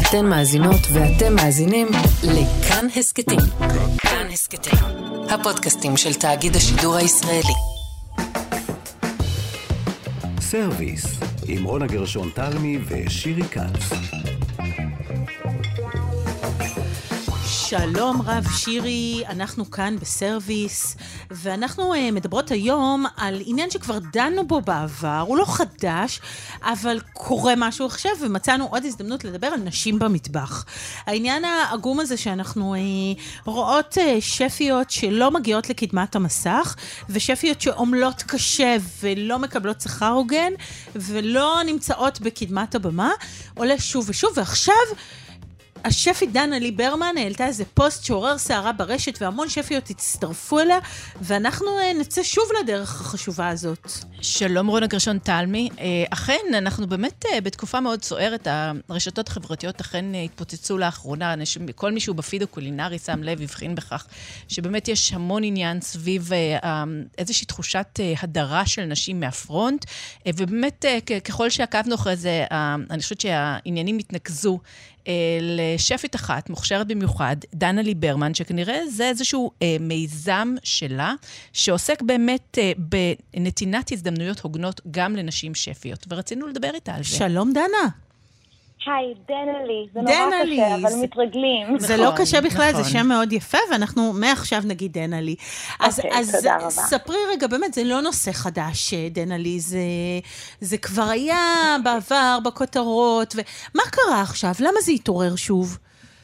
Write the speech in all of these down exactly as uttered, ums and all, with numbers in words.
אתן מאזינות ואתם מאזינים לכאן הסקטים. כאן הסקטים, הפודקאסטים של תאגיד השידור הישראלי. סרוויס, עם רונה גרשון תלמי ושירי כץ. שלום רב שירי, אנחנו כאן בסרוויס, ואנחנו uh, מדברות היום על עניין שכבר דנו בו בעבר, הוא לא חדש, אבל קורה משהו עכשיו, ומצאנו עוד הזדמנות לדבר על נשים במטבח. העניין העגום הזה שאנחנו uh, רואות uh, שפיות שלא מגיעות לקדמת המסך, ושפיות שעומלות קשה ולא מקבלות שכר הוגן, ולא נמצאות בקדמת הבמה, עולה שוב ושוב, ועכשיו השפית דנה-לי ברמן העלתה איזה פוסט שעורר שערה ברשת, והמון שפיות הצטרפו אליה, ואנחנו נצא שוב לדרך החשובה הזאת. שלום רונה גרשון תלמי. אכן, אנחנו באמת בתקופה מאוד סוערת, הרשתות החברתיות אכן התפוצצו לאחרונה, כל מישהו בפיד הקולינרי שם לב, הבחין בכך, שבאמת יש המון עניין סביב איזושהי תחושת הדרה של נשים מהפרונט, ובאמת ככל שעקבנו אחרי זה, אני חושבת שהעניינים התנקזו לשפית אחת, מוכשרת במיוחד, דנה-לי ברמן, שכנראה זה איזשהו אה, מיזם שלה, שעוסק באמת אה, בנתינת הזדמנויות הוגנות גם לנשים שפיות, ורצינו לדבר איתה על זה. שלום דנה. היי, דנה-לי, זה נורא קשה, אבל מתרגלים. זה לא קשה בכלל, זה שם מאוד יפה, ואנחנו מעכשיו נגיד דנה-לי. אז ספרי רגע, באמת, זה לא נושא חדש, דנה-לי, זה כבר היה בעבר, בכותרות, ומה קרה עכשיו? למה זה התעורר שוב?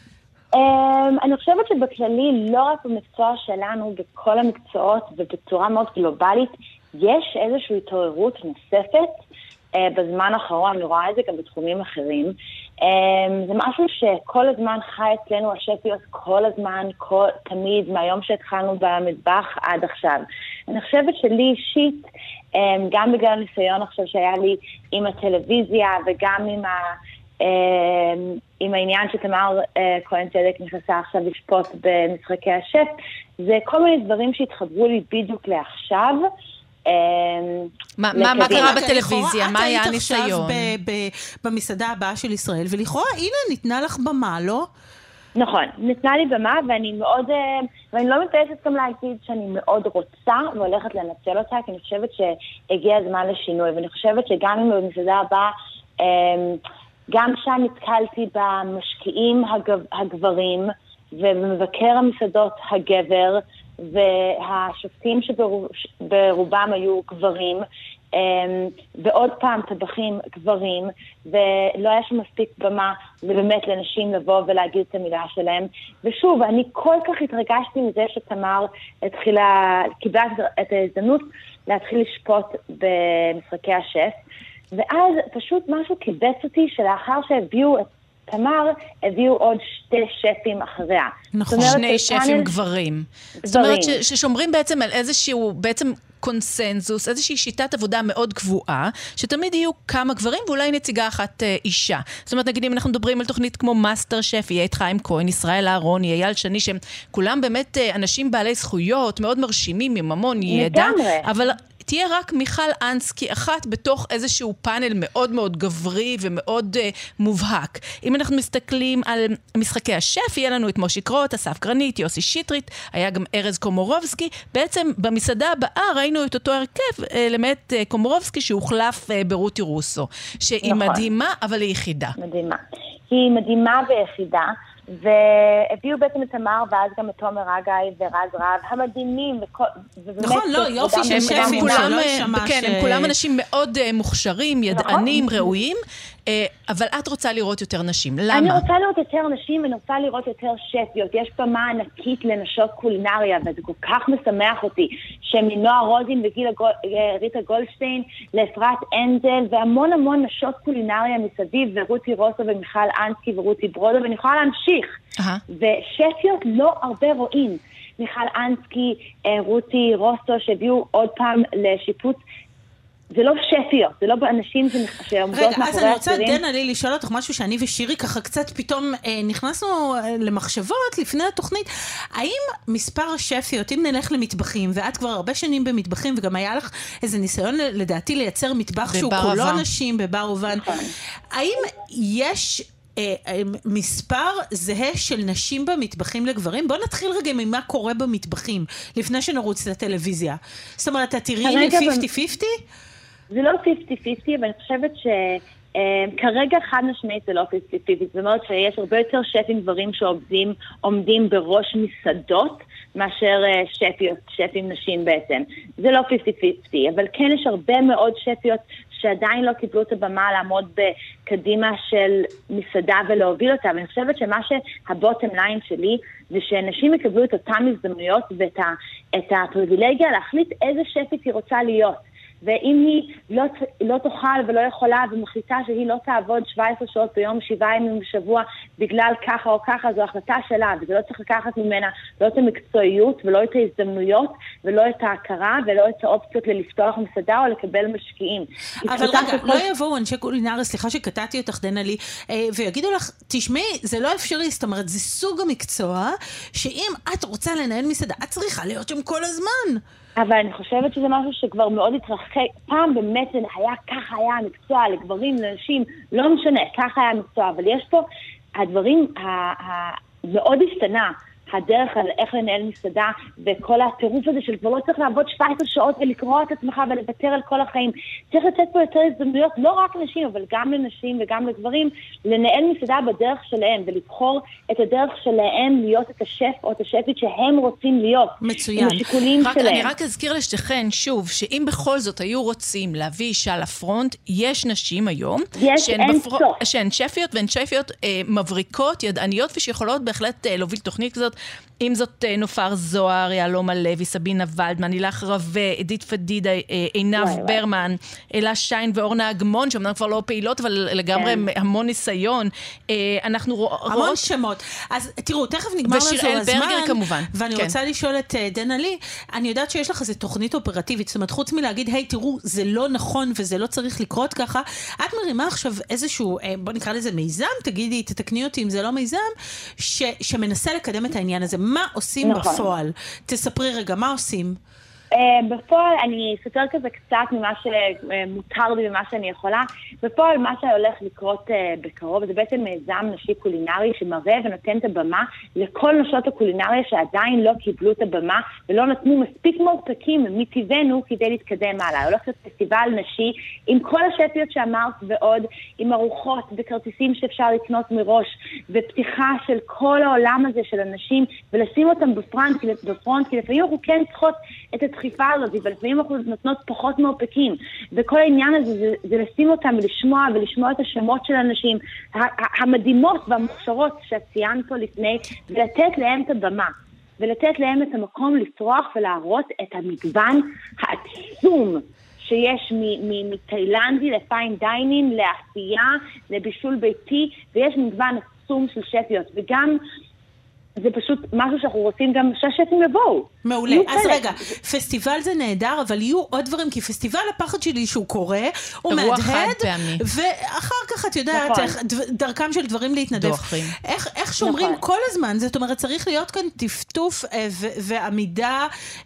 אני חושבת שבכללי, לא רק במקצוע שלנו, בכל המקצועות, ובצורה מאוד גלובלית, יש איזושהי התעוררות נוספת, בזמן האחרון, אני רואה את זה גם בתחומים אחרים. זה משהו שכל הזמן חי אצלנו השפיות, כל הזמן, כל, תמיד, מהיום שהתחלנו במטבח עד עכשיו. אני חושבת שלי אישית, גם בגלל הניסיון עכשיו שהיה לי עם הטלוויזיה, וגם עם, ה, עם העניין שתמר כהן צדק נכנסה עכשיו לשפוט במשחקי השף, זה כל מיני דברים שהתחברו לי בדיוק לעכשיו, מה קרה בטלוויזיה? מה היה הניסיון? את היית עכשיו במסעדה הבאה של ישראל, ולכאורה, הנה, ניתנה לך במה, לא? נכון, ניתנה לי במה, ואני מאוד, ואני לא מתביישת גם להגיד שאני מאוד רוצה והולכת לנצל אותה, כי אני חושבת שהגיע הזמן לשינוי, ואני חושבת שגם אם במסעדה הבאה, גם שם נתקלתי במשקיעים הגברים, ובמבקר המסעדות הגבר, והשופטים שברובם היו גברים, ועוד פעם טבחים גברים, ולא היה שם מספיק במה ובאמת לנשים לבוא ולהגיד את המילה שלהם. ושוב, אני כל כך התרגשתי מזה שתמר התחילה, קיבלה את ההזדמנות להתחיל לשפוט במשחקי השף, ואז פשוט משהו קיבץ אותי שלאחר שהביאו את תמר, הביאו עוד שתי שפים אחריה. נכון, שני שפים גברים. זאת אומרת ששומרים בעצם על איזשהו, בעצם קונסנזוס, איזושהי שיטת עבודה מאוד קבועה, שתמיד יהיו כמה גברים ואולי נציגה אחת אישה. זאת אומרת, נגיד אם אנחנו מדברים על תוכנית כמו מאסטר שף, יהיה את חיים כהן, ישראל אהרון, אייל שני, שהם כולם באמת אנשים בעלי זכויות, מאוד מרשימים, עם המון ידע, אבל תהיה רק מיכל אנסקי אחת בתוך איזשהו פאנל מאוד מאוד גברי ומאוד uh, מובהק. אם אנחנו מסתכלים על משחקי השף, יהיה לנו את מושי קרוט, אסף גרנית, יוסי שיטרית, היה גם ארז קומורובסקי. בעצם במסעדה הבאה ראינו את אותו הרכב, uh, למעט uh, קומורובסקי שהוחלף uh, ברותי רוסו, שהיא נכון. מדהימה, אבל היא יחידה. מדהימה. היא מדהימה ויחידה. והביאו בעצם את תמר, ואז גם את תומר רגאי ורז רב, המדהימים, נכון, לא, יופי של שפים, שלא ישמע ש... כן, הם כולם אנשים מאוד מוכשרים, ידענים, ראויים, אבל את רוצה לראות יותר נשים. למה? אני רוצה לראות יותר נשים, ואני רוצה לראות יותר שפיות. יש במה ענקית לנשות קולינריה, וזה כל כך משמח אותי, שמנועה רוזין וריטה גולדשטיין, לאפרת אנזל, והמון המון נשות קולינריה מסביב, ורותי רוסו ומיכל אנסקי ורותי ברודו, ואני יכולה להמשיך. ושפיות לא הרבה רואים. מיכל אנסקי, רותי רוסו, שהביאו עוד פעם לשיפוט, זה לא שפיות, זה לא באנשים שעומדות מאחורי הסירים. רגע, אז אני רוצה דנה-לי לשאול אותך משהו שאני ושירי ככה קצת פתאום אה, נכנסנו למחשבות לפני התוכנית. האם מספר השפיות, אם נלך למטבחים, ואת כבר הרבה שנים במטבחים, וגם היה לך איזה ניסיון לדעתי לייצר מטבח שהוא כולו נשים בבר ובן, האם יש מספר זהה של נשים במטבחים לגברים. בוא נתחיל רגע ממה קורה במטבחים, לפני שנרוץ לטלוויזיה. זאת אומרת, אתה תראי לי חמישים חמישים? זה לא חמישים חמישים, אבל אני חושבת ש... כרגע חד משמעית זה לא חמישים חמישים, זאת אומרת שיש הרבה יותר שפים גברים שעומדים עומדים בראש מסעדות מאשר שפיות, שפים נשים בעצם. זה לא חמישים חמישים, אבל כן יש הרבה מאוד שפיות שעדיין לא קיבלו את הבמה לעמוד בקדימה של מסעדה ולהוביל אותה, ואני חושבת שמה שהבוטם ליין שלי זה שנשים יקבלו את אותם הזדמנויות ואת את הפריבילגיה להחליט איזה שפית היא רוצה להיות. ואם היא לא, לא תוכל ולא יכולה ומחליטה שהיא לא תעבוד שבע עשרה שעות ביום, שבעה ימים בשבוע, בגלל ככה או ככה, זו החלטה שלה, וזה לא צריך לקחת ממנה לא את המקצועיות ולא את ההזדמנויות ולא את ההכרה ולא את האופציות ללפתוח מסעדה או לקבל משקיעים. אבל רגע, כל... לא יבואו אנשי קולינריה, סליחה שקטעתי אותך דנלי, ויגידו לך, תשמעי, זה לא אפשרי, זאת אומרת, זה סוג המקצוע, שאם את רוצה לנהל מסעדה, את צריכה להיות שם כל הזמן. אבל אני חושבת שזה משהו שכבר מאוד התרחק. פעם באמת זה היה, ככה היה המקצוע, לגברים, לנשים, לא משנה, ככה היה המקצוע. אבל יש פה, הדברים המאוד השתנה, הדרך על איך לנהל מסעדה, וכל הטירוף הזה של כבר לא צריך לעבוד שבע עשרה שעות ולקרוא את עצמך ולוותר על כל החיים. צריך לתת פה יותר הזדמנויות, לא רק נשים, אבל גם לנשים וגם לגברים, לנהל מסעדה בדרך שלהם, ולבחור את הדרך שלהם להיות את השף או את השפית שהם רוצים להיות. מצוין. עם השיקולים רק, שלהם. אני רק אזכיר לשתיכן שוב, שאם בכל זאת היו רוצים להביא אישה לפרונט, יש נשים היום, יש, אין בפר... סוף. שהן שפיות והן שפיות אה, מבריקות, ידעניות, ושיכולות בהחלט אה, להוביל תוכנית כזאת, אם זאת נופר זוהר, יעלום הלוי, סבינה ולדמן, הילך רווה, עדית פדידה, עינב ברמן, אלה שיין ואורנה אגמון, שאומנם כבר לא פעילות, אבל לגמרי המון ניסיון. אנחנו רואות... המון שמות. אז תראו, תכף נגמר לנו הזמן. ושיראל ברגר כמובן. ואני רוצה לשאול את דנלי, אני יודעת שיש לך איזו תוכנית אופרטיבית, זאת אומרת, חוץ מלהגיד, היי, תראו, זה לא נכון וזה לא צריך לקרות ככה, את מרימה עכשיו איזשהו, בוא נקרא לזה מיזם, תגידי, תתקני אותי אם זה לא מיזם, שמנסה לקדם את העניין הזה. מה עושים נכון. בפועל? תספרי רגע, מה עושים? Uh, בפועל, אני אספר כזה קצת ממה שמותר לי ומה שאני יכולה. בפועל, מה שהולך לקרות uh, בקרוב, זה בעצם מיזם נשי קולינרי שמראה ונותן את הבמה לכל נשות הקולינריה שעדיין לא קיבלו את הבמה ולא נתנו מספיק מרפקים מטבענו כדי להתקדם הלאה. הולך להיות פסטיבל נשי עם כל השפיות שאמרת ועוד, עם ארוחות וכרטיסים שאפשר לקנות מראש, ופתיחה של כל העולם הזה של אנשים, ולשים אותם בפרונט, בפרונט כי לפעמים אנחנו כן צריכות את הדחיפה הזאת, ולפעמים אנחנו נותנות פחות מרפקים, וכל העניין הזה זה, זה לשים אותם ולשמוע, ולשמוע את השמות של האנשים המדהימות והמוכשרות שאת ציינת פה לפני, ולתת להם את הבמה, ולתת להם את המקום לפרוח ולהראות את המגוון העצום שיש מתאילנדי לפיין דיינינג, לעשייה, לבישול ביתי, ויש מגוון עצום של שפיות, וגם זה פשוט משהו שאנחנו רוצים גם שהשפים יבואו. מעולה. אז רגע, פסטיבל זה נהדר, אבל יהיו עוד דברים, כי פסטיבל הפחד שלי שהוא קורה, הוא מהדהד, ואחר כך את יודעת, דרכם של דברים להתנדב. איך שומרים כל הזמן? זאת אומרת, צריך להיות כאן טפטוף ועמידה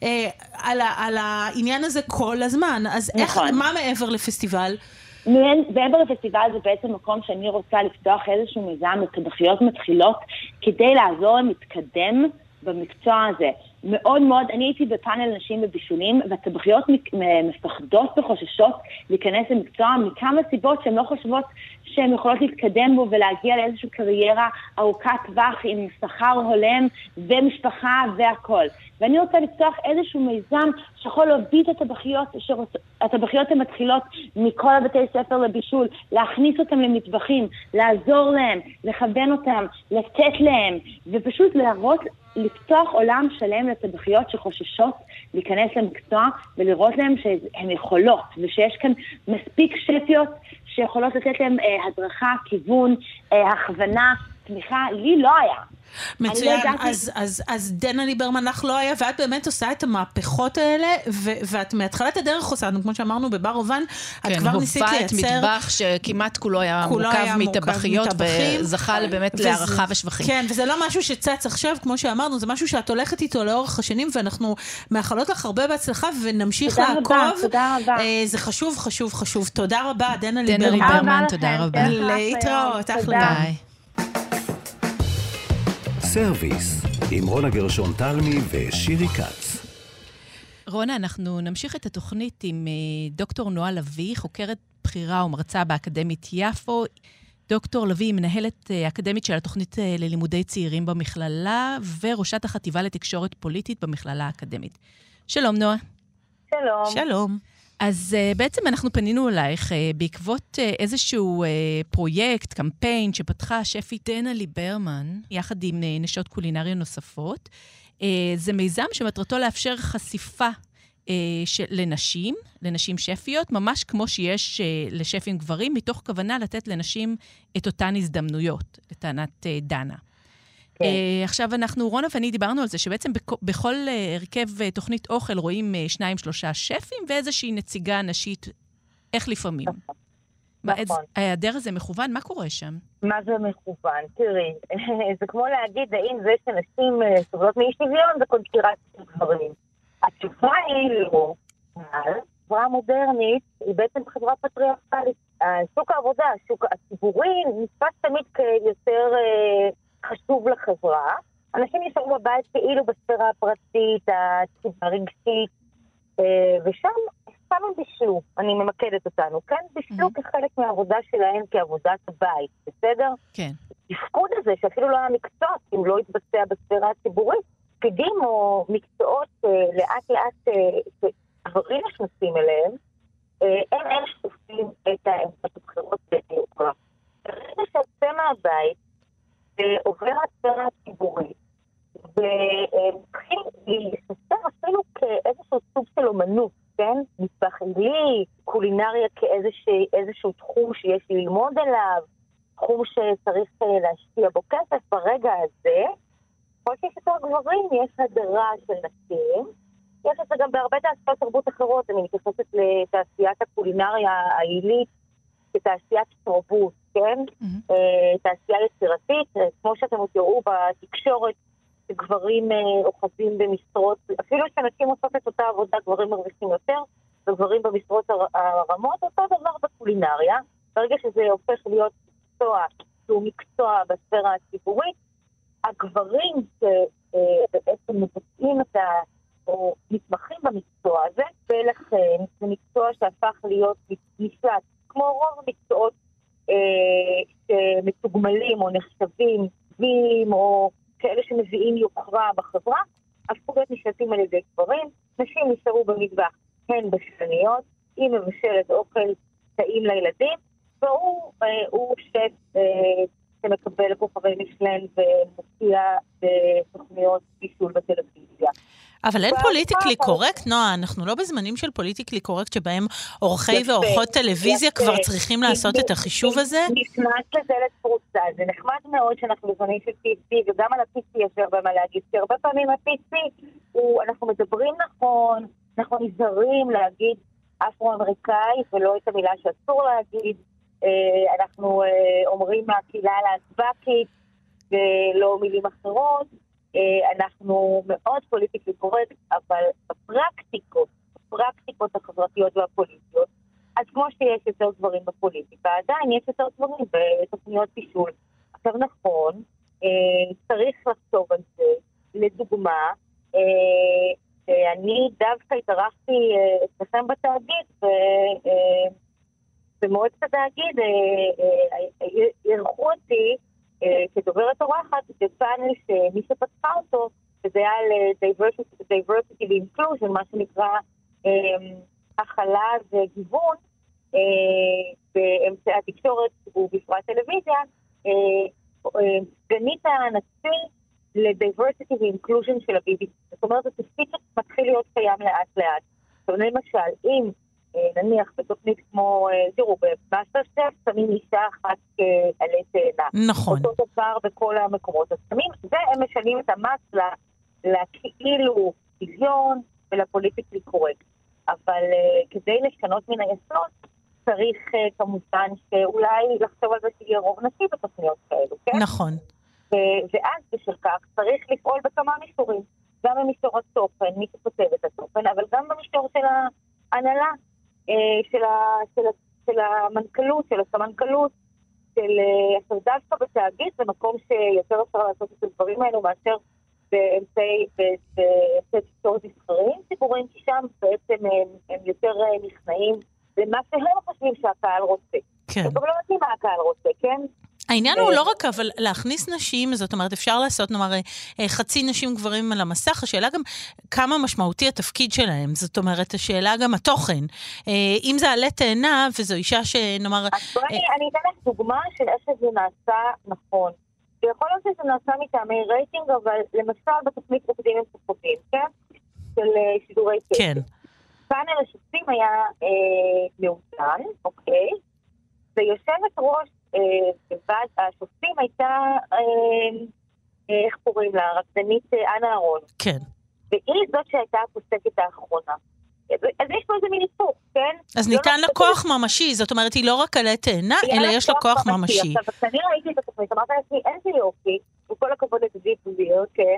על העניין הזה כל הזמן. אז מה מעבר לפסטיבל? מעבר לפסטיבל זה בעצם מקום שאני רוצה לפתוח איזשהו מיזם לטבחיות מתחילות כדי לעזור למתקדם במקצוע הזה. מאוד מאוד, אני הייתי בפאנל נשים בבישולים, והטבחיות מפחדות וחוששות להיכנס למקצוע מכמה סיבות שהן לא חושבות שהן יכולות להתקדם בו ולהגיע לאיזושהי קריירה ארוכת טווח עם שכר הולם ומשפחה והכל. ואני רוצה לפתוח איזשהו מיזם שיכול להוביל את הטבחיות, הטבחיות המתחילות מכל הבתי ספר לבישול, להכניס אותם למטבחים, לעזור להם, לכוון אותם, לתת להם, ופשוט להראות, לפתוח עולם שלם לטבחיות שחוששות להיכנס למקצוע ולראות להם שהן יכולות, ושיש כאן מספיק שפיות שיכולות לתת להם אה, הדרכה, כיוון, אה, הכוונה, תמיכה. לי לא היה. מצוין, אז, אז, אז דנלי ברמן לך לא היה, ואת באמת עושה את המהפכות האלה, ו- ואת מהתחלת הדרך עושה, כמו שאמרנו בבר אובן, את כן, כבר ניסית לייצר... כן, הובלת מטבח שכמעט כולו היה כולו מורכב היה מטבחיות, וזכה באמת וזה, להערכה ושבחים. כן, וזה לא משהו שצץ עכשיו, כמו שאמרנו, זה משהו שאת הולכת איתו לאורך השנים, ואנחנו מאחלות לך הרבה בהצלחה, ונמשיך תודה לעקוב. רבה, תודה רבה. זה חשוב, חשוב, חשוב. תודה רבה, דנלי ברמן. ברמן, תודה רבה. להתראות, אחלה. ביי. סרוויס, עם רונה גרשון תלמי ושירי כץ. רונה, אנחנו נמשיך את התוכנית עם דוקטור נועה לוי, חוקרת בחירה ומרצה באקדמית יפו. דוקטור לוי היא מנהלת אקדמית של התוכנית ללימודי צעירים במכללה, וראשת החטיבה לתקשורת פוליטית במכללה האקדמית. שלום, נועה. שלום. שלום. אז uh, בעצם אנחנו פנינו אלייך uh, בעקבות uh, איזשהו uh, פרויקט, קמפיין, שפתחה שפית דנה ליברמן, יחד עם uh, נשות קולינריה נוספות. Uh, זה מיזם שמטרתו לאפשר חשיפה uh, של, לנשים, לנשים שפיות, ממש כמו שיש uh, לשפים גברים, מתוך כוונה לתת לנשים את אותן הזדמנויות, לטענת uh, דנה. כן. Uh, עכשיו אנחנו, רונה ואני דיברנו על זה, שבעצם בכ- בכל uh, הרכב uh, תוכנית אוכל רואים uh, שניים, שלושה שפים, ואיזושהי נציגה נשית, איך לפעמים. נכון. ההיעדר הזה מכוון, מה קורה שם? מה זה מכוון? תראי, זה כמו להגיד, האם זה שנשים סובלות מאי שוויון, זה קונספירציה של גברים. התשובה היא לא. חברה מודרנית היא בעצם חברה פטריארכלית. שוק העבודה, השוק הציבורי, נתפס תמיד כיותר חשוב לחברה. אנשים נשארו בבית כאילו בספירה הפרטית, הרגשית, ושם סתם הם בישלו, אני ממקדת אותנו, כן? בישלו mm-hmm. כחלק מהעבודה שלהם כעבודת הבית, בסדר? כן. תפקוד הזה שאפילו לא היה מקצוע, כי הוא לא התבצע בספירה הציבורית, פקידים או מקצועות אה, לאט לאט אה, שגברים נכנסים אליהם, אה, הם אלה שתופסים את העמדות הבחירות בדיוקה. ברגע שיוצא מהבית, ועובר הספירה הציבורית, ומתחיל להיחסר אפילו כאיזשהו סוג של אומנות, כן? מטבח אנגלי, קולינריה כאיזשהו תחום שיש ללמוד עליו, תחום שצריך להשקיע בו כסף. ברגע הזה, כל שיש יותר גברים, יש הדרה של נשים. יש את זה גם בהרבה תעשיות תרבות אחרות. אני מתייחסת לתעשיית הקולינריה העילית, כתעשיית תרבות, כן? Mm-hmm. תעשייה יצירתית, כמו שאתם תראו בתקשורת, שגברים אוחזים במשרות, אפילו שנשים עושות את אותה עבודה, גברים מרוויחים יותר, וגברים במשרות הרמות, אותו דבר בקולינריה. ברגע שזה הופך להיות מקצוע, שהוא מקצוע בספירה הציבורית, הגברים שבעצם מבצעים את ה... או מתמחים במקצוע הזה, ולכן זה מקצוע שהפך להיות נפלט, כמו רוב המקצועות אה, שמתוגמלים או נחשבים, גבים או כאלה שמביאים יוקרה בחברה, הפכו להיות נשלטים על ידי גברים. נשים נשארו במטבח, הן בשלניות, עם מבשלת אוכל טעים לילדים, והוא אה, הוא שף אה, שמקבל כוכבי משלן ומופיע בתוכניות בישול בטלוויזיה. אבל אין פוליטיקלי קורקט, נועה, אנחנו לא בזמנים של פוליטיקלי קורקט שבהם עורכי ועורכות טלוויזיה כבר צריכים לעשות את החישוב הזה? נכנס לדלת פרוצה, זה נחמד מאוד שאנחנו בזמנים של פי סי, וגם על ה-פי סי יש הרבה מה להגיד, כי הרבה פעמים ה-פי סי, אנחנו מדברים נכון, אנחנו נזהרים להגיד אפרו-אמריקאי, ולא את המילה שאסור להגיד, אנחנו אומרים מהקהילה להסבקית, ולא מילים אחרות, אנחנו מאוד פוליטיקלי קורקט, אבל בפרקטיקות, בפרקטיקות החברתיות והפוליטיות, אז כמו שיש יותר דברים בפוליטיקה, עדיין יש יותר דברים בתוכניות בישול. עכשיו נכון, צריך לחשוב על זה. לדוגמה, אני דווקא התארחתי אצלכם בתאגיד, במועצת התאגיד ערכו אותי כדוברת אורחת, זה פאנל שמי שפתחה אותו, שזה היה ל-diversity, diversity inclusion, מה שנקרא הכלה וגיוון באמצעי התקשורת ובפרט טלוויזיה, סגנית הנשיא ל-diversity inclusion של ה-בי בי סי. זאת אומרת, זה תפקיד שמתחיל להיות קיים לאט לאט. זאת אומרת, למשל, אם נניח בתוכנית כמו, תראו, במאסטר שף, שמים אישה אחת עלי תאנה. נכון. אותו דבר בכל המקומות. אז שמים, והם משנים את המס לכאילו שוויון ולפוליטיקלי קורקט. אבל כדי לשנות מן היסוד, צריך כמובן שאולי לחשוב על זה שיהיה רוב נשי בתוכניות כאלו, כן? נכון. ואז בשל כך צריך לפעול בכמה מישורים. גם במישור התוכן, מי שכותב את התוכן, אבל גם במישור של ההנהלה, של, ה, של, ה, של המנכלות, של הסמנכלות, של עכשיו דווקא בתאגיד, במקום שיותר אפשר לעשות את הדברים האלו מאשר באמצעי תקשורת מסחריים ציבוריים, כי שם בעצם הם, הם יותר נכנעים למה שהם חושבים שהקהל רוצה. כן. אבל לא יודעים מה הקהל רוצה, כן? העניין הוא לא רק אבל להכניס נשים, זאת אומרת אפשר לעשות נאמר חצי נשים גברים על המסך, השאלה גם כמה משמעותי התפקיד שלהם, זאת אומרת השאלה גם התוכן, אם זה עלה תאנה וזו אישה שנאמר... אז בואי אני אתן לך דוגמה של איך שזה נעשה נכון, ויכול להיות שזה נעשה מטעמי רייטינג, אבל למשל בתוכנית רוקדים עם כוכבים, כן? של שידורי כסף. כן. פאנל השופטים היה מעודן, אוקיי? ויושבת ראש בוועד השופטים הייתה, איך קוראים לה, רקדנית אנה אהרון. כן. והיא זאת שהייתה הפוסקת האחרונה. אז יש פה איזה מין היפוך, כן? אז ניתן לה כוח ממשי, זאת אומרת, היא לא רק עלה תאנה, אלא יש לה כוח ממשי. עכשיו, כשאני ראיתי את התוכנית, אמרתי לעצמי, אין זה יופי, וכל הכבוד לדוד דביר, כן?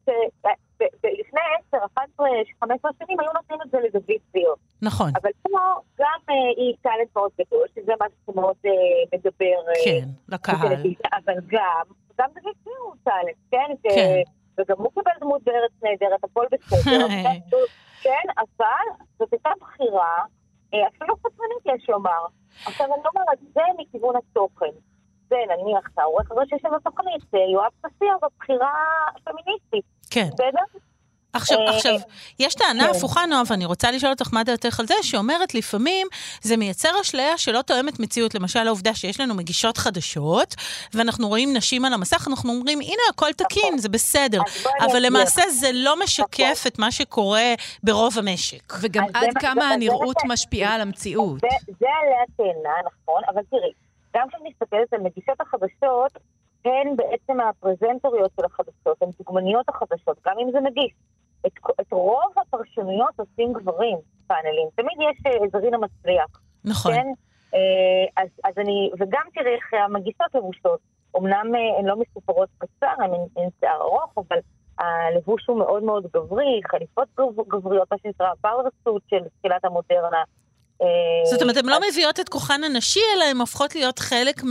ולפני עשר, אחת עשרה, חמש עשרה שנים היו נותנים את זה לדוד דביר. נכון. אבל פה גם היא טלנט מאוד גדול, שזה מה שמאוד מדבר. כן, לקהל. אבל גם, גם דוד דביר הוא טלנט, כן? וגם הוא קיבל דמות בארץ נהדרת, הכל בסדר. כן, אבל זאת הייתה בחירה, אפילו חצרנית יש לומר. עכשיו אני אומרת, זה מכיוון התוכן. זה נניח העורך הזה שיש לנו תוכנית, יואב קסיה בבחירה פמיניסטית. כן. בסדר? עכשיו, עכשיו, יש טענה הפוכה, נועה, ואני רוצה לשאול אותך מה דעתך על זה, שאומרת לפעמים זה מייצר אשליה שלא תואמת מציאות, למשל העובדה שיש לנו מגישות חדשות, ואנחנו רואים נשים על המסך, אנחנו אומרים, הנה, הכל תקין, זה בסדר. אבל למעשה זה לא משקף את מה שקורה ברוב המשק. וגם עד כמה הנראות משפיעה על המציאות. זה עליה טענה, נכון, אבל תראי, גם כשנסתכלת על מגישות החדשות, הן בעצם הפרזנטוריות של החדשות, הן דוגמניות החדשות, גם אם זה מגיש. את, את רוב הפרשנויות עושים גברים, פאנלים. תמיד יש זרינה מצליח. נכון. כן? אז, אז אני, וגם תראי איך המגישות לבושות. אמנם הן לא מסופרות קצר, הן שיער ארוך, אבל הלבוש הוא מאוד מאוד גברי, חליפות גבריות, מה שנקרא פאוורסוט של תחילת המודרנה. זאת אומרת, הן לא מביאות את כוחן הנשי, אלא הן הופכות להיות חלק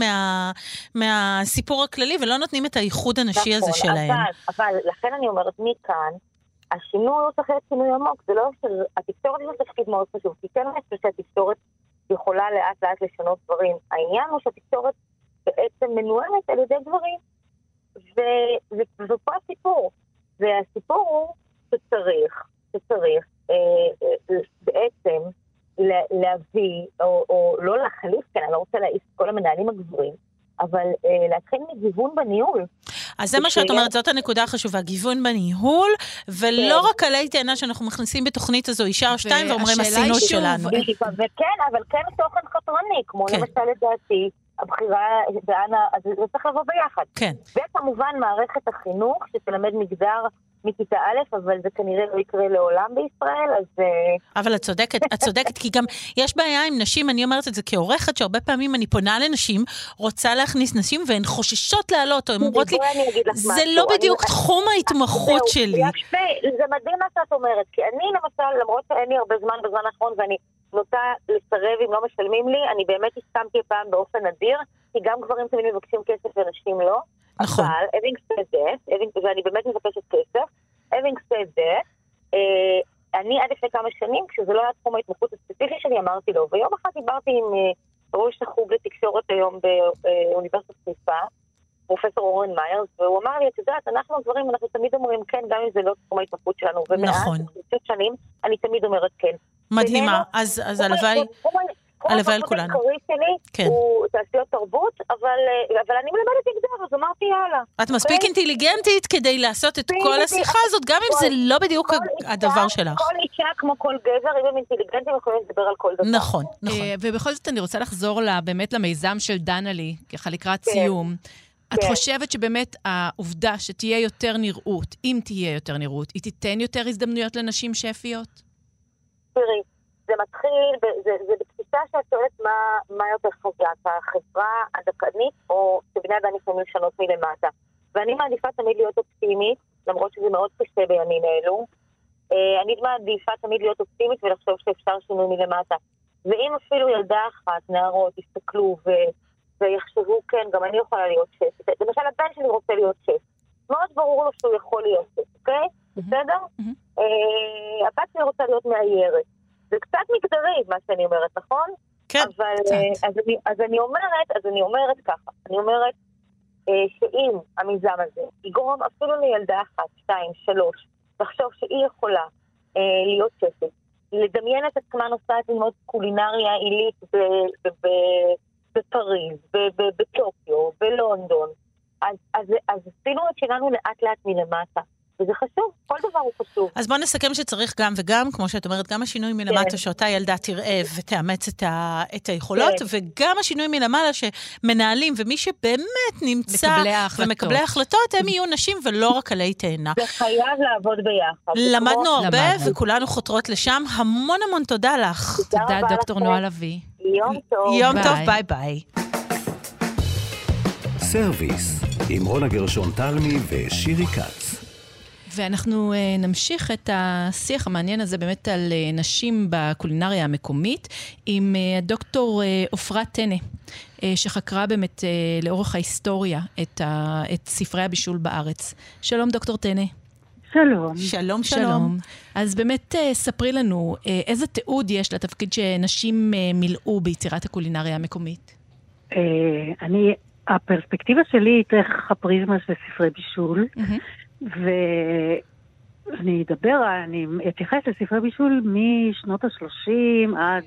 מהסיפור הכללי, ולא נותנים את הייחוד הנשי הזה שלהם. אבל לכן אני אומרת, מכאן, השינוי הוא צריך להיות שינוי עמוק, זה לא שהתקשורת זה תפקיד מאוד חשוב, כי כן אני חושבת שהתקשורת יכולה לאט לאט לשנות דברים. העניין הוא שהתקשורת בעצם מנוהלת על ידי דברים, וזה פה הסיפור. והסיפור הוא שצריך, שצריך בעצם להביא, או לא להחליף, כן, אני לא רוצה להעיף כל המנהלים הגבוהים, אבל להתחיל מגיוון בניהול. אז זה מה שאת אומרת, זאת הנקודה החשובה, גיוון בניהול, ולא רק עלי טענה שאנחנו מכניסים בתוכנית הזו אישה או שתיים, ואומרים הסינות שלנו. וכן, אבל כן תוכן חתרני, כמו למשל לדעתי, הבחירה, אז זה צריך לבוא ביחד. כן. וכמובן מערכת החינוך, שתלמד מגדר מכיתה א', אבל זה כנראה לא יקרה לעולם בישראל, אז... אבל את צודקת, את צודקת, כי גם יש בעיה עם נשים, אני אומרת את זה כעורכת, שהרבה פעמים אני פונה לנשים, רוצה להכניס נשים, והן חוששות לעלות, או הן אומרות לי, זה לא בדיוק תחום ההתמחות שלי. זה מדהים מה שאת אומרת, כי אני למשל, למרות שאין לי הרבה זמן בזמן האחרון, ואני נוטה לסרב אם לא משלמים לי, אני באמת הסכמתי פעם באופן נדיר, כי גם גברים תמיד מבקשים כסף ונשים לא. נכון. אבל, having said that, ואני באמת מבקשת כסף, having said that, אני עד לפני כמה שנים, כשזה לא היה תחום ההתמחות הספציפי שלי, אמרתי לו, ויום אחד דיברתי עם ראש החוג לתקשורת היום באוניברסיטת חיפה, פרופסור אורן מיירס, והוא אמר לי, את יודעת, אנחנו הגברים, אנחנו תמיד אומרים כן, גם אם זה לא תחום ההתמחות שלנו, נכון. ומאז, שנים, אני תמיד אומרת כן. מדהימה, אז הלוואי... הלוואי על כולנו. הקורי שלי הוא תעשיות תרבות, אבל אני מלמדת מגדר, אז אמרתי יאללה. את מספיק אינטליגנטית כדי לעשות את כל השיחה הזאת, גם אם זה לא בדיוק הדבר שלך. כל אישה כמו כל גבר, אם הם אינטליגנטים, יכולים לדבר על כל דבר. נכון, נכון. ובכל זאת אני רוצה לחזור באמת למיזם של דנלי, ככה לקראת סיום. את חושבת שבאמת העובדה שתהיה יותר נראות, אם תהיה יותר נראות, היא תיתן יותר הזדמנויות לנשים שפיות? תראי, זה מתחיל, זה, זה בתפיסה שאת שואלת מה, מה יותר חזק, החברה הדקנית או שבני אדם יכולים לשנות מלמטה. ואני מעדיפה תמיד להיות אופטימית, למרות שזה מאוד קשה בימים אלו. אני מעדיפה תמיד להיות אופטימית ולחשוב שאפשר שינוי מלמטה. ואם אפילו ילדה אחת, נערות, יסתכלו ו, ויחשבו, כן, גם אני יכולה להיות שף. למשל, הבן שלי רוצה להיות שף. מאוד ברור לו שהוא יכול להיות שף, אוקיי? בסדר? הבת שלי רוצה להיות מאיירת. זה קצת מגדרי, מה שאני אומרת, נכון? כן, אבל, קצת. אז אני, אז אני אומרת, אז אני אומרת ככה, אני אומרת שאם המיזם הזה יגרום אפילו לילדה אחת, שתיים, שלוש, לחשוב שהיא יכולה להיות שפת, לדמיין את עצמה נוסעת ללמוד קולינריה עילית בפריז, בטוקיו, בלונדון, אז, אז, אז עשינו את שלנו לאט לאט מלמטה. וזה חשוב, כל דבר הוא חשוב. אז בוא נסכם שצריך גם וגם, כמו שאת אומרת, גם השינוי מלמטה, כן. שאותה ילדה תראה ותאמץ את, ה, את היכולות, כן. וגם השינוי מלמעלה שמנהלים, ומי שבאמת נמצא ומקבלי החלטות, הם יהיו נשים ולא רק עלי תאנה. זה חייב לעבוד ביחד. למדנו כמו... הרבה, למדנו. וכולנו חותרות לשם. המון המון תודה לך. תודה, תודה דוקטור נועה לביא. יום טוב. יום ביי. טוב, ביי ביי. סרוויס, עם רונה גרשון תלמי ושירי כץ. ואנחנו uh, נמשיך את השיח המעניין הזה באמת על uh, נשים בקולינריה המקומית עם uh, דוקטור עופרה טנא, uh, שחקרה באמת uh, לאורך ההיסטוריה את, uh, את ספרי הבישול בארץ. שלום דוקטור טנא. שלום. שלום, שלום. שלום. אז באמת uh, ספרי לנו uh, איזה תיעוד יש לתפקיד שנשים uh, מילאו ביצירת הקולינריה המקומית? Uh, אני, הפרספקטיבה שלי היא דרך הפריזמה של ספרי בישול, mm-hmm. ואני אדבר, אני אתייחס לספרי בישול משנות ה-שלושים עד,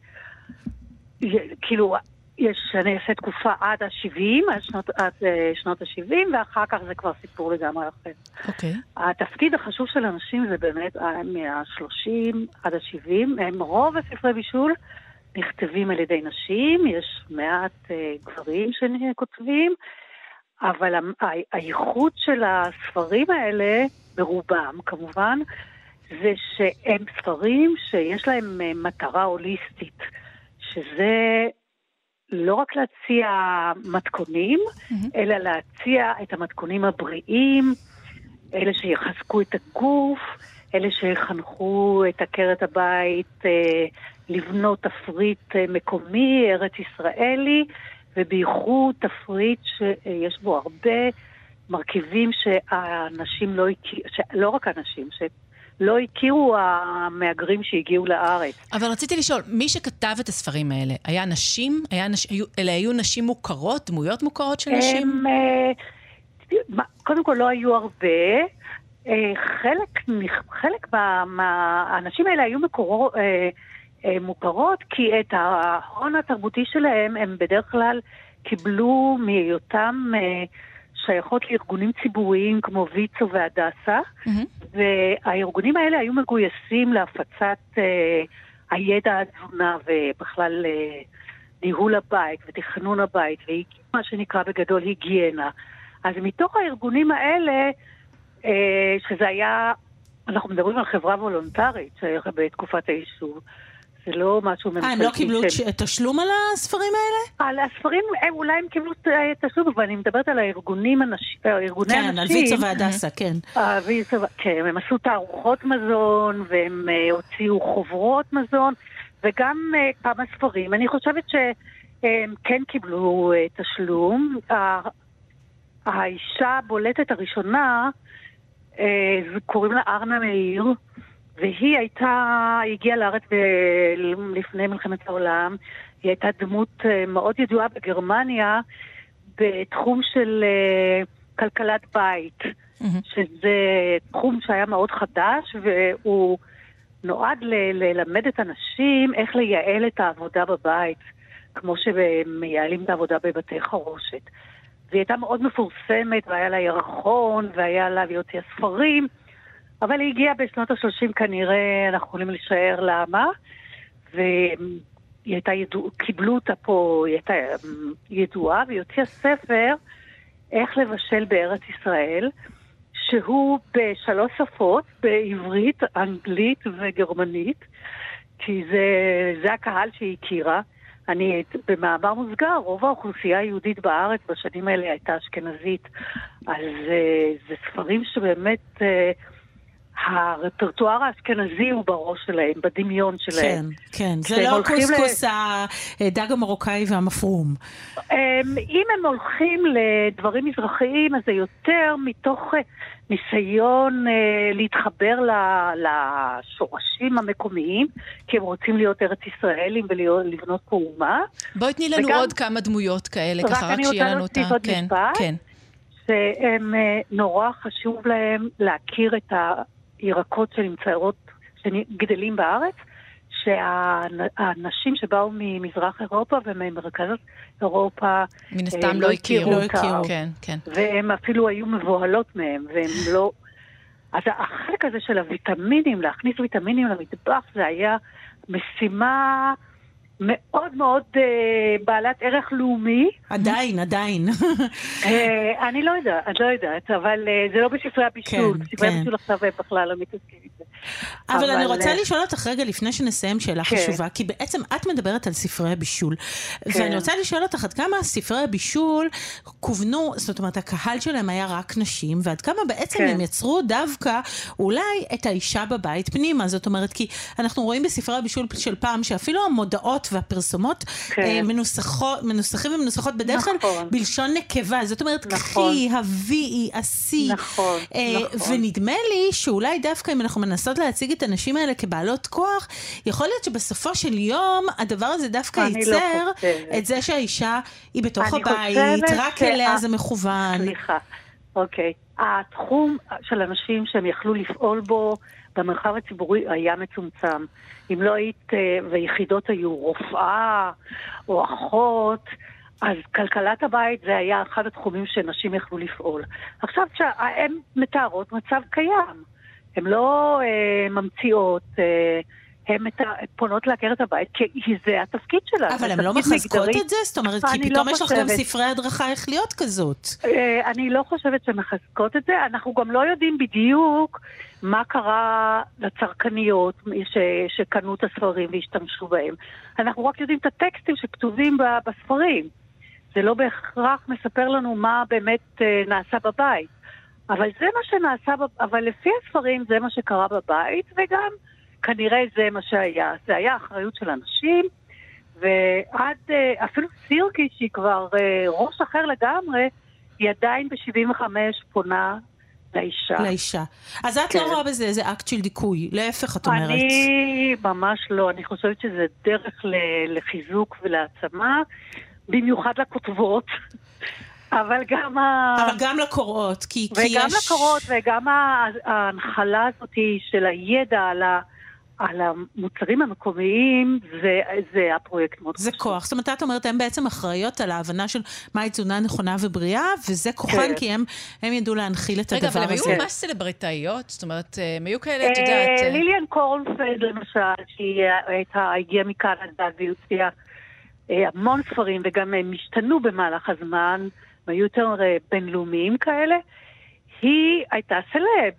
כאילו, יש, אני אעשה תקופה עד ה-שבעים, עד שנות, עד שנות ה-שבעים, ואחר כך זה כבר סיפור לגמרי אחר. אוקיי. התפקיד החשוב של אנשים זה באמת מה-שלושים עד ה-שבעים, הם רוב הספרי בישול נכתבים על ידי נשים, יש מעט גברים שכותבים, אבל הייחוד של הספרים האלה, ברובם כמובן, זה שהם ספרים שיש להם מטרה הוליסטית, שזה לא רק להציע מתכונים, mm-hmm. אלא להציע את המתכונים הבריאים, אלה שיחזקו את הגוף, אלה שיחנכו את עקרת הבית, לבנות תפריט מקומי, ארץ ישראלי, ובייחוד תפריט שיש בו הרבה מרכיבים שהאנשים לא הכירו, לא רק אנשים, שלא הכירו המהגרים שהגיעו לארץ. אבל רציתי לשאול, מי שכתב את הספרים האלה, היה נשים? היה נש... אלה היו נשים מוכרות, דמויות מוכרות של נשים? הם, קודם כל לא היו הרבה, חלק, חלק מה, מהאנשים האלה היו מקורות, מוכרות, כי את ההון התרבותי שלהם הם בדרך כלל קיבלו מהיותם שייכות לארגונים ציבוריים כמו ויצו והדסה, mm-hmm. והארגונים האלה היו מגויסים להפצת הידע התזונה ובכלל ניהול הבית ותכנון הבית, ומה שנקרא בגדול היגיינה. אז מתוך הארגונים האלה, שזה היה, אנחנו מדברים על חברה וולונטרית בתקופת היישוב, זה לא משהו ממשלתי. אה, הם לא קיבלו תשלום על הספרים האלה? על הספרים, אולי הם קיבלו תשלום, אבל אני מדברת על הארגונים הנשים. כן, על ויצו והדסה, כן. כן, הם עשו תערוכות מזון, והם הוציאו חוברות מזון, וגם כמה ספרים. אני חושבת שהם כן קיבלו תשלום. האישה הבולטת הראשונה, קוראים לה ארנה מאיר, והיא הייתה, היא הגיעה לארץ ב- לפני מלחמת העולם, היא הייתה דמות מאוד ידועה בגרמניה, בתחום של uh, כלכלת בית, mm-hmm. שזה תחום שהיה מאוד חדש, והוא נועד ל- ללמד את אנשים איך לייעל את העבודה בבית, כמו שמייעלים את העבודה בבתי חרושת. והיא הייתה מאוד מפורסמת, והיה לה ירחון, והיה לה ויוציא הספרים, אבל היא הגיעה בשנות ה-שלושים כנראה, אנחנו יכולים לשער למה, והיא הייתה ידוע, קיבלו אותה פה, היא הייתה ידועה, והיא הוציאה ספר איך לבשל בארץ ישראל, שהוא בשלוש שפות, בעברית, אנגלית וגרמנית, כי זה, זה הקהל שהיא הכירה. אני, במאמר מוסגר, רוב האוכלוסייה היהודית בארץ בשנים האלה הייתה אשכנזית, אז זה ספרים שבאמת הרפרטואר האשכנזי הוא בראש שלהם, בדמיון שלהם. כן, כן. זה לא קוסקוס הדג המרוקאי והמפרום. אם הם הולכים לדברים מזרחיים, אז זה יותר מתוך ניסיון להתחבר לשורשים המקומיים, כי הם רוצים להיות ארץ ישראלים ולבנות פה אומה. בואי תני לנו עוד כמה דמויות כאלה, ככה רק שיהיה לנו אותה. רק אני רוצה להוסיף עוד משפט, שהם נורא חשוב להם להכיר את הירקות שנמצאות, שגדלים בארץ, שהאנשים שבאו ממזרח אירופה וממרכז אירופה מן הסתם לא הכירו, לא הכירו, כן, כן. והם אפילו היו מבוהלות מהם, והם לא... אז החלק הזה של הוויטמינים, להכניס ויטמינים למטבח, זה היה משימה מאוד מאוד uh, בעלת ערך לאומי. עדיין, עדיין. uh, אני לא יודעת, אני לא יודעת, אבל uh, זה לא בספרי הבישול. כן, בספרי כן. הבישול עכשיו בכלל לא מתעסקים את זה. אבל, אבל אני רוצה uh... לשאול אותך רגע לפני שנסיים שאלה כן. חשובה, כי בעצם את מדברת על ספרי הבישול, כן. ואני רוצה לשאול אותך עד כמה ספרי הבישול כוונו, זאת אומרת, הקהל שלהם היה רק נשים, ועד כמה בעצם כן. הם יצרו דווקא אולי את האישה בבית פנימה, זאת אומרת, כי אנחנו רואים בספרי הבישול של פעם, שאפילו המודעות והפרסומות כן. אה, מנוסחות, מנוסחים ומנוסחות בדרך כלל נכון. בלשון נקבה, זאת אומרת, נכון. קחי, הביאי, עשי. נכון, אה, נכון. ונדמה לי שאולי דווקא אם אנחנו מנסות להציג את הנשים האלה כבעלות כוח, יכול להיות שבסופו של יום הדבר הזה דווקא ייצר לא את זה שהאישה היא בתוך הבית, רק שה... אליה זה מכוון. סליחה, אוקיי. התחום של אנשים שהם יכלו לפעול בו במרחב הציבורי היה מצומצם. אם לא היית, ויחידות היו רופאה או אחות, אז כלכלת הבית זה היה אחד התחומים שנשים יכלו לפעול. עכשיו שהן מתארות מצב קיים. הן לא אה, ממציאות, אה, הן פונות להכיר את הבית, כי זה התפקיד שלה. אבל הן לא מחזקות מגדרי. את זה? זאת אומרת, כי פתאום לא יש לך גם ספרי הדרכה איך להיות כזאת. אה, אני לא חושבת שמחזקות את זה. אנחנו גם לא יודעים בדיוק מה קרה לצרכניות ש, שקנו את הספרים והשתמשו בהם. אנחנו רק יודעים את הטקסטים שכתובים בספרים. זה לא בהכרח מספר לנו מה באמת אה, נעשה בבית. אבל זה מה שנעשה, אבל לפי הספרים זה מה שקרה בבית, וגם כנראה זה מה שהיה. זה היה אחריות של אנשים, ועד אפילו סירקי, שהיא כבר ראש אחר לגמרי, היא עדיין ב-שבעים וחמש פונה לאישה. לאישה. אז את כן. לא רואה בזה איזה אקט של דיכוי, להפך את אומרת. אני ממש לא, אני חושבת שזה דרך לחיזוק ולהעצמה, במיוחד לכותבות. אבל גם ה... אבל גם לקורות, כי, וגם כי יש... לקורות, וגם ההנחלה הזאת של הידע על, ה... על המוצרים המקומיים, זה, זה הפרויקט מאוד זה חשוב. כוח. זאת אומרת, את אומרת, הם בעצם אחראיות על ההבנה של מהי תזונה נכונה ובריאה, וזה כוחן, כן. כי הם, הם ידעו להנחיל את רגע, הדבר הזה. רגע, אבל הם היו ממש סלבריטאיות? זאת אומרת, הם היו כאלה, את יודעת... ליליאן קורנפלד, למשל, שהיא הייתה, הגיעה מקנדה, והיא הוציאה המון ספרים, וגם הם השתנו במהלך הזמן, היו יותר בינלאומיים כאלה, היא הייתה סלב,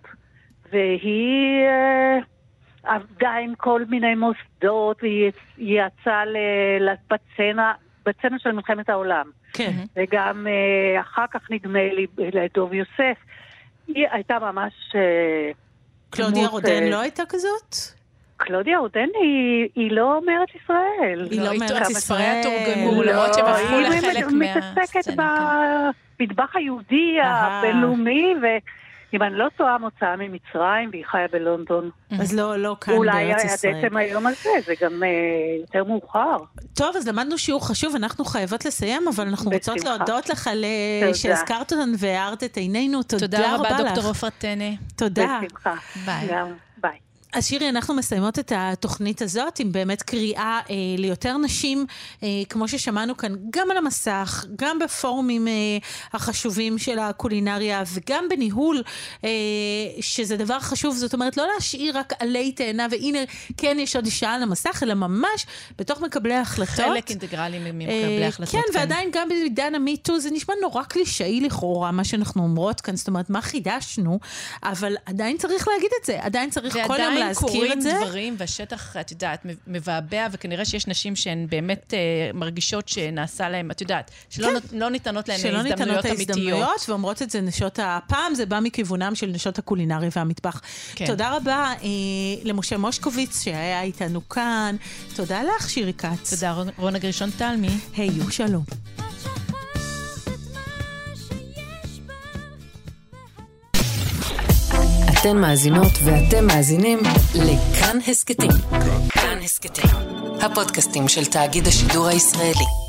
והיא uh, עבדה עם כל מיני מוסדות, והיא יצאה בצנה, בצנה של מלחמת העולם. כן. וגם uh, אחר כך נדמה לי לדוב יוסף, היא הייתה ממש... Uh, קלודיה רודן uh, לא הייתה כזאת? קלודיה רודן היא, היא לא מארץ ישראל. היא לא מארץ ישראל. תורגמו, למרות שהם הפכו לחלק מהסצנה. היא מתעסקת במטבח היהודי הבינלאומי, ואם אני לא טועה מוצאה ממצרים, והיא חיה בלונדון. אז לא, לא כאן בארץ ישראל. אולי ידעתם היום על זה, זה גם יותר מאוחר. טוב, אז למדנו שיעור חשוב, אנחנו חייבות לסיים, אבל אנחנו רוצות להודות לך שהזכרת אותנו והארת את עינינו. תודה רבה, דוקטור עופרה טנא. תודה. בשמחה. ביי. ביי. אז שירי, אנחנו מסיימות את התוכנית הזאת עם באמת קריאה אה, ליותר נשים, אה, כמו ששמענו כאן, גם על המסך, גם בפורומים אה, החשובים של הקולינריה, וגם בניהול, אה, שזה דבר חשוב, זאת אומרת, לא להשאיר רק עלי תאנה, והנה, כן, יש עוד אישה על המסך, אלא ממש בתוך מקבלי ההחלטות. חלק אינטגרלי ממקבלי ההחלטות. כן, ועדיין גם בעידן המיטו, זה נשמע נורא קלישאי לכאורה, מה שאנחנו אומרות כאן, זאת אומרת, מה חידשנו, אבל עדיין צריך להגיד את זה, עדיין צריך כל יום להזכיר את זה. לפעמים קורים דברים, והשטח, את יודעת, מבעבע, וכנראה שיש נשים שהן באמת uh, מרגישות שנעשה להן, את יודעת, שלא כן. לא ניתנות להן הזדמנויות אמיתיות. שלא ניתנות ההזדמנויות, ואומרות את זה נשות הפעם, זה בא מכיוונם של נשות הקולינריה והמטבח. כן. תודה רבה אה, למשה מושקוביץ, שהיה איתנו כאן. תודה לך, שירי כץ. תודה, רונה גרשון תלמי. היו שלום. אתן מאזינות ואתם מאזינים לכאן הסקטים. כאן הסקטים, הפודקאסטים של תאגיד השידור הישראלי.